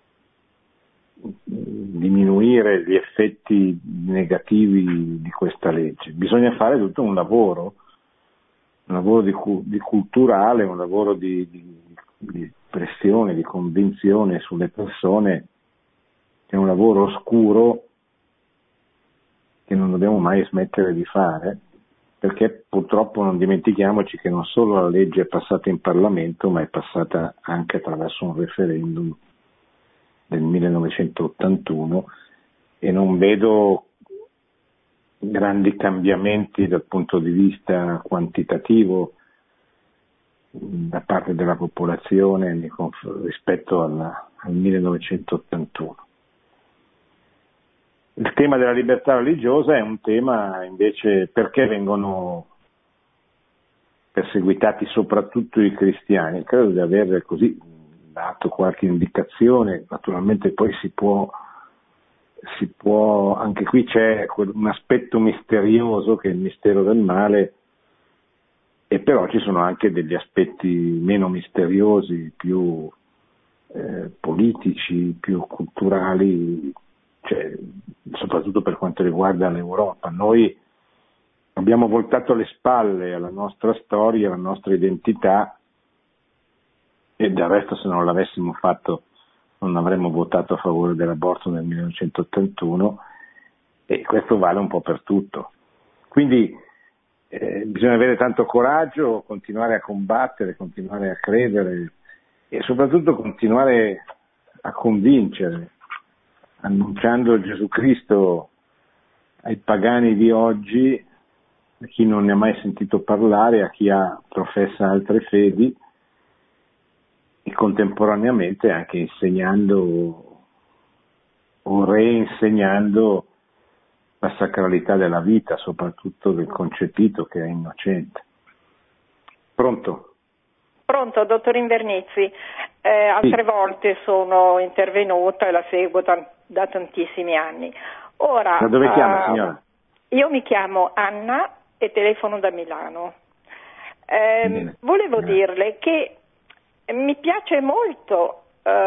diminuire gli effetti negativi di questa legge. Bisogna fare tutto un lavoro di culturale, un lavoro di pressione, di convinzione sulle persone, è un lavoro oscuro che non dobbiamo mai smettere di fare, perché purtroppo non dimentichiamoci che non solo la legge è passata in Parlamento, ma è passata anche attraverso un referendum del 1981 e non vedo grandi cambiamenti dal punto di vista quantitativo da parte della popolazione rispetto al 1981. Il tema della libertà religiosa è un tema invece perché vengono perseguitati soprattutto i cristiani. Credo di aver così dato qualche indicazione, naturalmente poi si può, anche qui c'è un aspetto misterioso che è il mistero del male, e però ci sono anche degli aspetti meno misteriosi, più politici, più culturali, cioè, soprattutto per quanto riguarda l'Europa. Noi abbiamo voltato le spalle alla nostra storia, alla nostra identità, e del resto se non l'avessimo fatto non avremmo votato a favore dell'aborto nel 1981, e questo vale un po' per tutto. Quindi bisogna avere tanto coraggio, continuare a combattere, continuare a credere e soprattutto continuare a convincere, annunciando Gesù Cristo ai pagani di oggi, a chi non ne ha mai sentito parlare, a chi professa altre fedi, e contemporaneamente anche insegnando o reinsegnando la sacralità della vita, soprattutto del concepito che è innocente. Pronto? Pronto, dottor Invernizzi. Altre volte sono intervenuta e la seguo da tantissimi anni. Ora, da dove chiama, signora? Io mi chiamo Anna e telefono da Milano. Volevo dirle che mi piace molto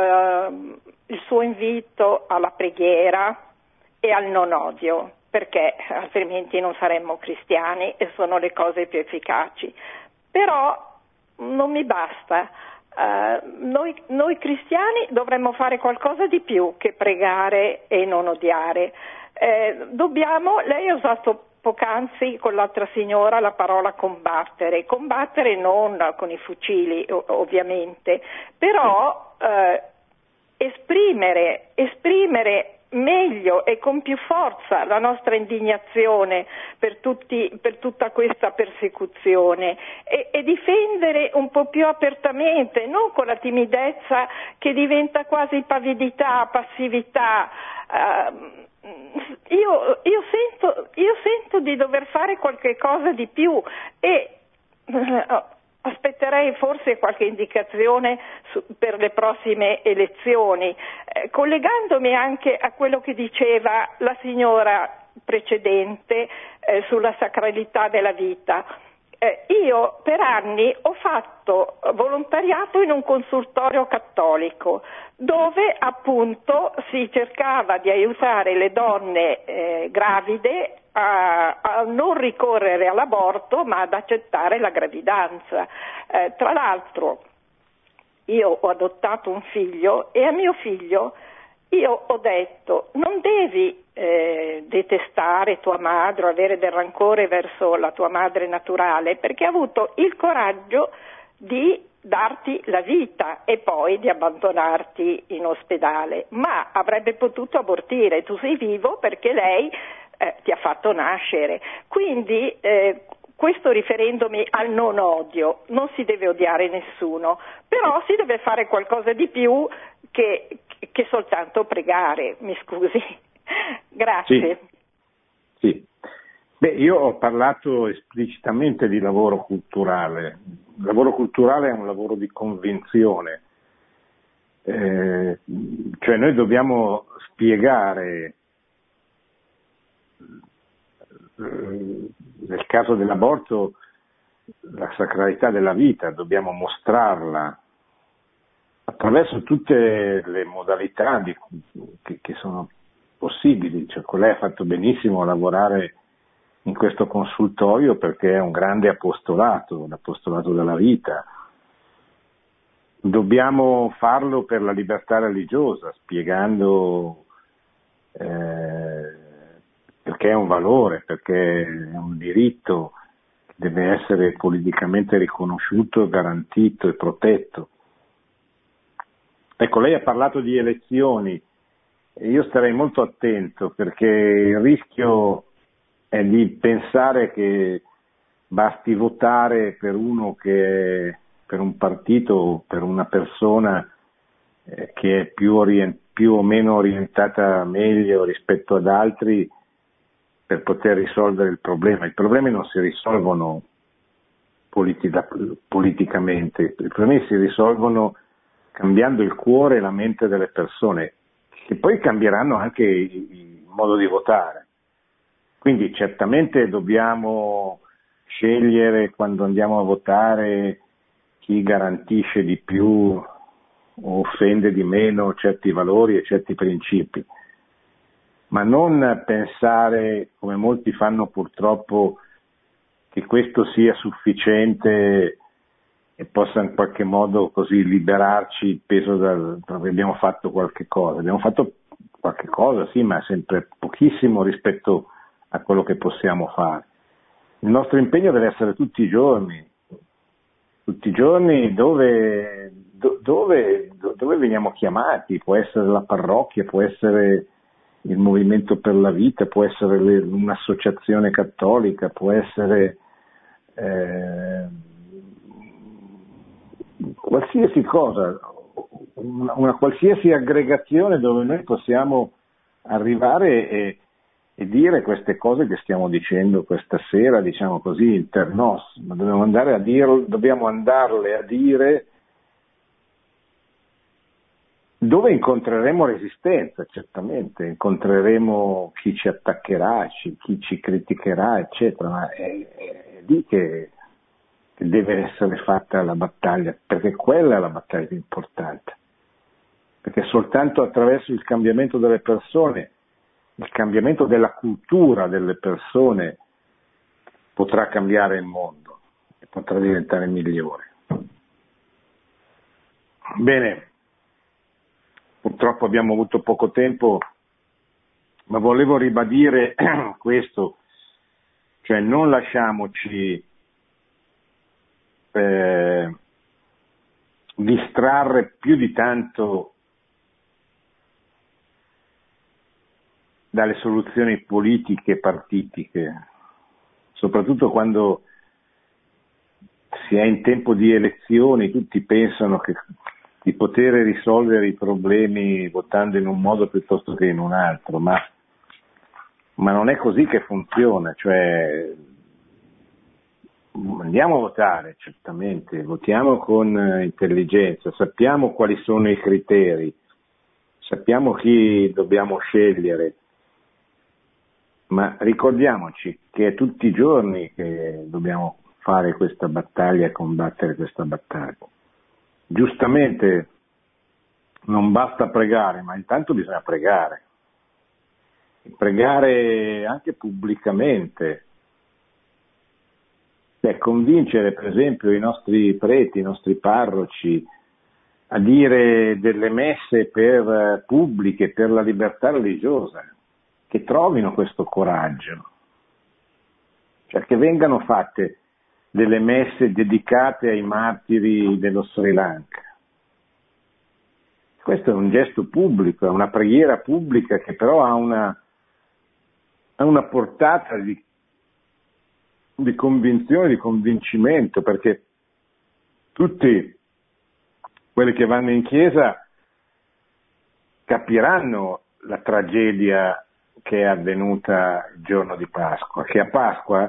il suo invito alla preghiera e al non odio, perché altrimenti non saremmo cristiani e sono le cose più efficaci. Però non mi basta. Noi cristiani dovremmo fare qualcosa di più che pregare e non odiare. Lei ha usato poc'anzi con l'altra signora la parola combattere non con i fucili ovviamente, però esprimere meglio e con più forza la nostra indignazione per tutta questa persecuzione e difendere un po' più apertamente, non con la timidezza che diventa quasi impavidità, passività. Io sento di dover fare qualche cosa di più e aspetterei forse qualche indicazione per le prossime elezioni, collegandomi anche a quello che diceva la signora precedente sulla sacralità della vita. Io per anni ho fatto volontariato in un consultorio cattolico dove appunto si cercava di aiutare le donne gravide a non ricorrere all'aborto ma ad accettare la gravidanza. Tra l'altro io ho adottato un figlio e a mio figlio io ho detto non devi detestare tua madre o avere del rancore verso la tua madre naturale, perché ha avuto il coraggio di darti la vita e poi di abbandonarti in ospedale, ma avrebbe potuto abortire, tu sei vivo perché lei ti ha fatto nascere. Quindi questo riferendomi al non odio, non si deve odiare nessuno, però si deve fare qualcosa di più che soltanto pregare, mi scusi. Grazie. Sì. Beh, io ho parlato esplicitamente di lavoro culturale. Il lavoro culturale è un lavoro di convinzione, cioè noi dobbiamo spiegare, nel caso dell'aborto, la sacralità della vita, dobbiamo mostrarla attraverso tutte le modalità che sono possibili. Cioè, lei ha fatto benissimo a lavorare in questo consultorio perché è un grande apostolato, l'apostolato della vita. dobbiamo farlo per la libertà religiosa, spiegando perché è un valore, perché è un diritto che deve essere politicamente riconosciuto, garantito e protetto. Ecco, lei ha parlato di elezioni e io starei molto attento, perché il rischio è di pensare che basti votare per uno che per un partito, per una persona che è più o meno orientata meglio rispetto ad altri per poter risolvere il problema. I problemi non si risolvono politicamente, i problemi si risolvono cambiando il cuore e la mente delle persone, che poi cambieranno anche il modo di votare. Quindi certamente dobbiamo scegliere quando andiamo a votare chi garantisce di più o offende di meno certi valori e certi principi, ma non pensare, come molti fanno purtroppo, che questo sia sufficiente e possa in qualche modo così liberarci il peso abbiamo fatto qualche cosa. Abbiamo fatto qualche cosa, sì, ma sempre pochissimo rispetto a quello che possiamo fare. Il nostro impegno deve essere tutti i giorni dove veniamo chiamati, può essere la parrocchia, può essere il Movimento per la Vita, può essere un'associazione cattolica, può essere qualsiasi cosa, una qualsiasi aggregazione dove noi possiamo arrivare e dire queste cose che stiamo dicendo questa sera, diciamo così, inter nos, ma dobbiamo andarle a dire dove incontreremo resistenza, certamente, incontreremo chi ci attaccherà, chi ci criticherà, eccetera, ma è lì che deve essere fatta la battaglia, perché quella è la battaglia più importante, perché soltanto attraverso il cambiamento delle persone, il cambiamento della cultura delle persone potrà cambiare il mondo e potrà diventare migliore. Bene, purtroppo abbiamo avuto poco tempo, ma volevo ribadire questo, cioè non lasciamoci distrarre più di tanto dalle soluzioni politiche e partitiche, soprattutto quando si è in tempo di elezioni. Tutti pensano di poter risolvere i problemi votando in un modo piuttosto che in un altro, ma non è così che funziona, cioè andiamo a votare, certamente, votiamo con intelligenza, sappiamo quali sono i criteri, sappiamo chi dobbiamo scegliere, ma ricordiamoci che è tutti i giorni che dobbiamo fare questa battaglia e combattere questa battaglia. Giustamente non basta pregare, ma intanto bisogna pregare anche pubblicamente, convincere per esempio i nostri preti, i nostri parroci a dire delle messe pubbliche per la libertà religiosa, che trovino questo coraggio, cioè che vengano fatte delle messe dedicate ai martiri dello Sri Lanka. Questo è un gesto pubblico, è una preghiera pubblica che però ha una portata di convinzione, di convincimento, perché tutti quelli che vanno in chiesa capiranno la tragedia che è avvenuta il giorno di Pasqua, che a Pasqua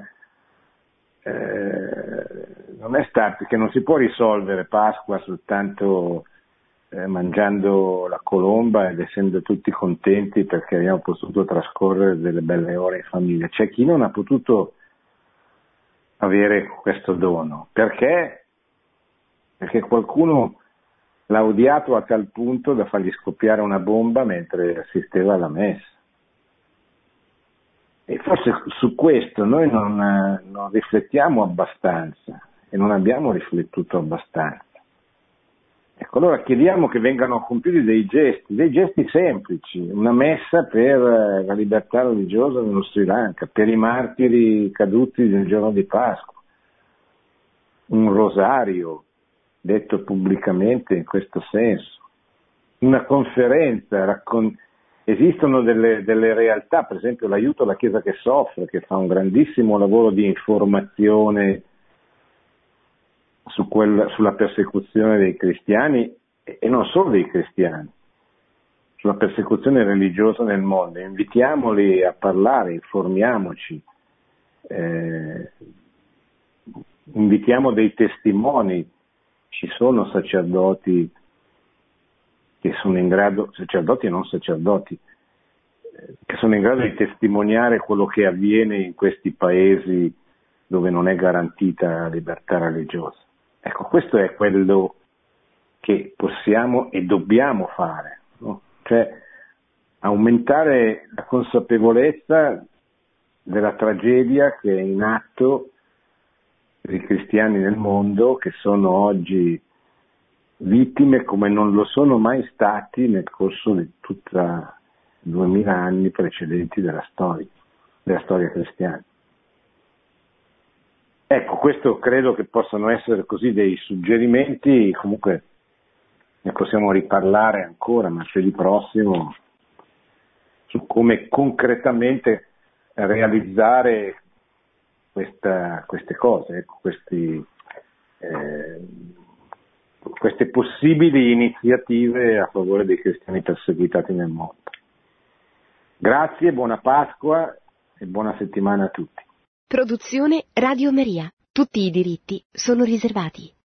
non è stato, che non si può risolvere Pasqua soltanto mangiando la colomba ed essendo tutti contenti perché abbiamo potuto trascorrere delle belle ore in famiglia. C'è chi non ha potuto avere questo dono. Perché? Perché qualcuno l'ha odiato a tal punto da fargli scoppiare una bomba mentre assisteva alla messa. E forse su questo noi non riflettiamo abbastanza e non abbiamo riflettuto abbastanza. Allora chiediamo che vengano compiuti dei gesti semplici, una messa per la libertà religiosa nello Sri Lanka, per i martiri caduti nel giorno di Pasqua, un rosario detto pubblicamente in questo senso, una conferenza, esistono delle realtà, per esempio l'aiuto alla Chiesa che soffre, che fa un grandissimo lavoro di informazione sulla persecuzione dei cristiani e non solo dei cristiani, sulla persecuzione religiosa nel mondo. Invitiamoli a parlare, informiamoci, invitiamo dei testimoni. Ci sono sacerdoti che sono in grado, sacerdoti e non sacerdoti, che sono in grado di testimoniare quello che avviene in questi paesi dove non è garantita la libertà religiosa. Ecco, questo è quello che possiamo e dobbiamo fare, no? Cioè aumentare la consapevolezza della tragedia che è in atto per i cristiani nel mondo, che sono oggi vittime come non lo sono mai stati nel corso di tutta i 2000 anni precedenti della storia cristiana. Ecco, questo credo che possano essere così dei suggerimenti, comunque ne possiamo riparlare ancora martedì prossimo su come concretamente realizzare queste cose, ecco, queste possibili iniziative a favore dei cristiani perseguitati nel mondo. Grazie, buona Pasqua e buona settimana a tutti. Produzione Radio Maria. Tutti i diritti sono riservati.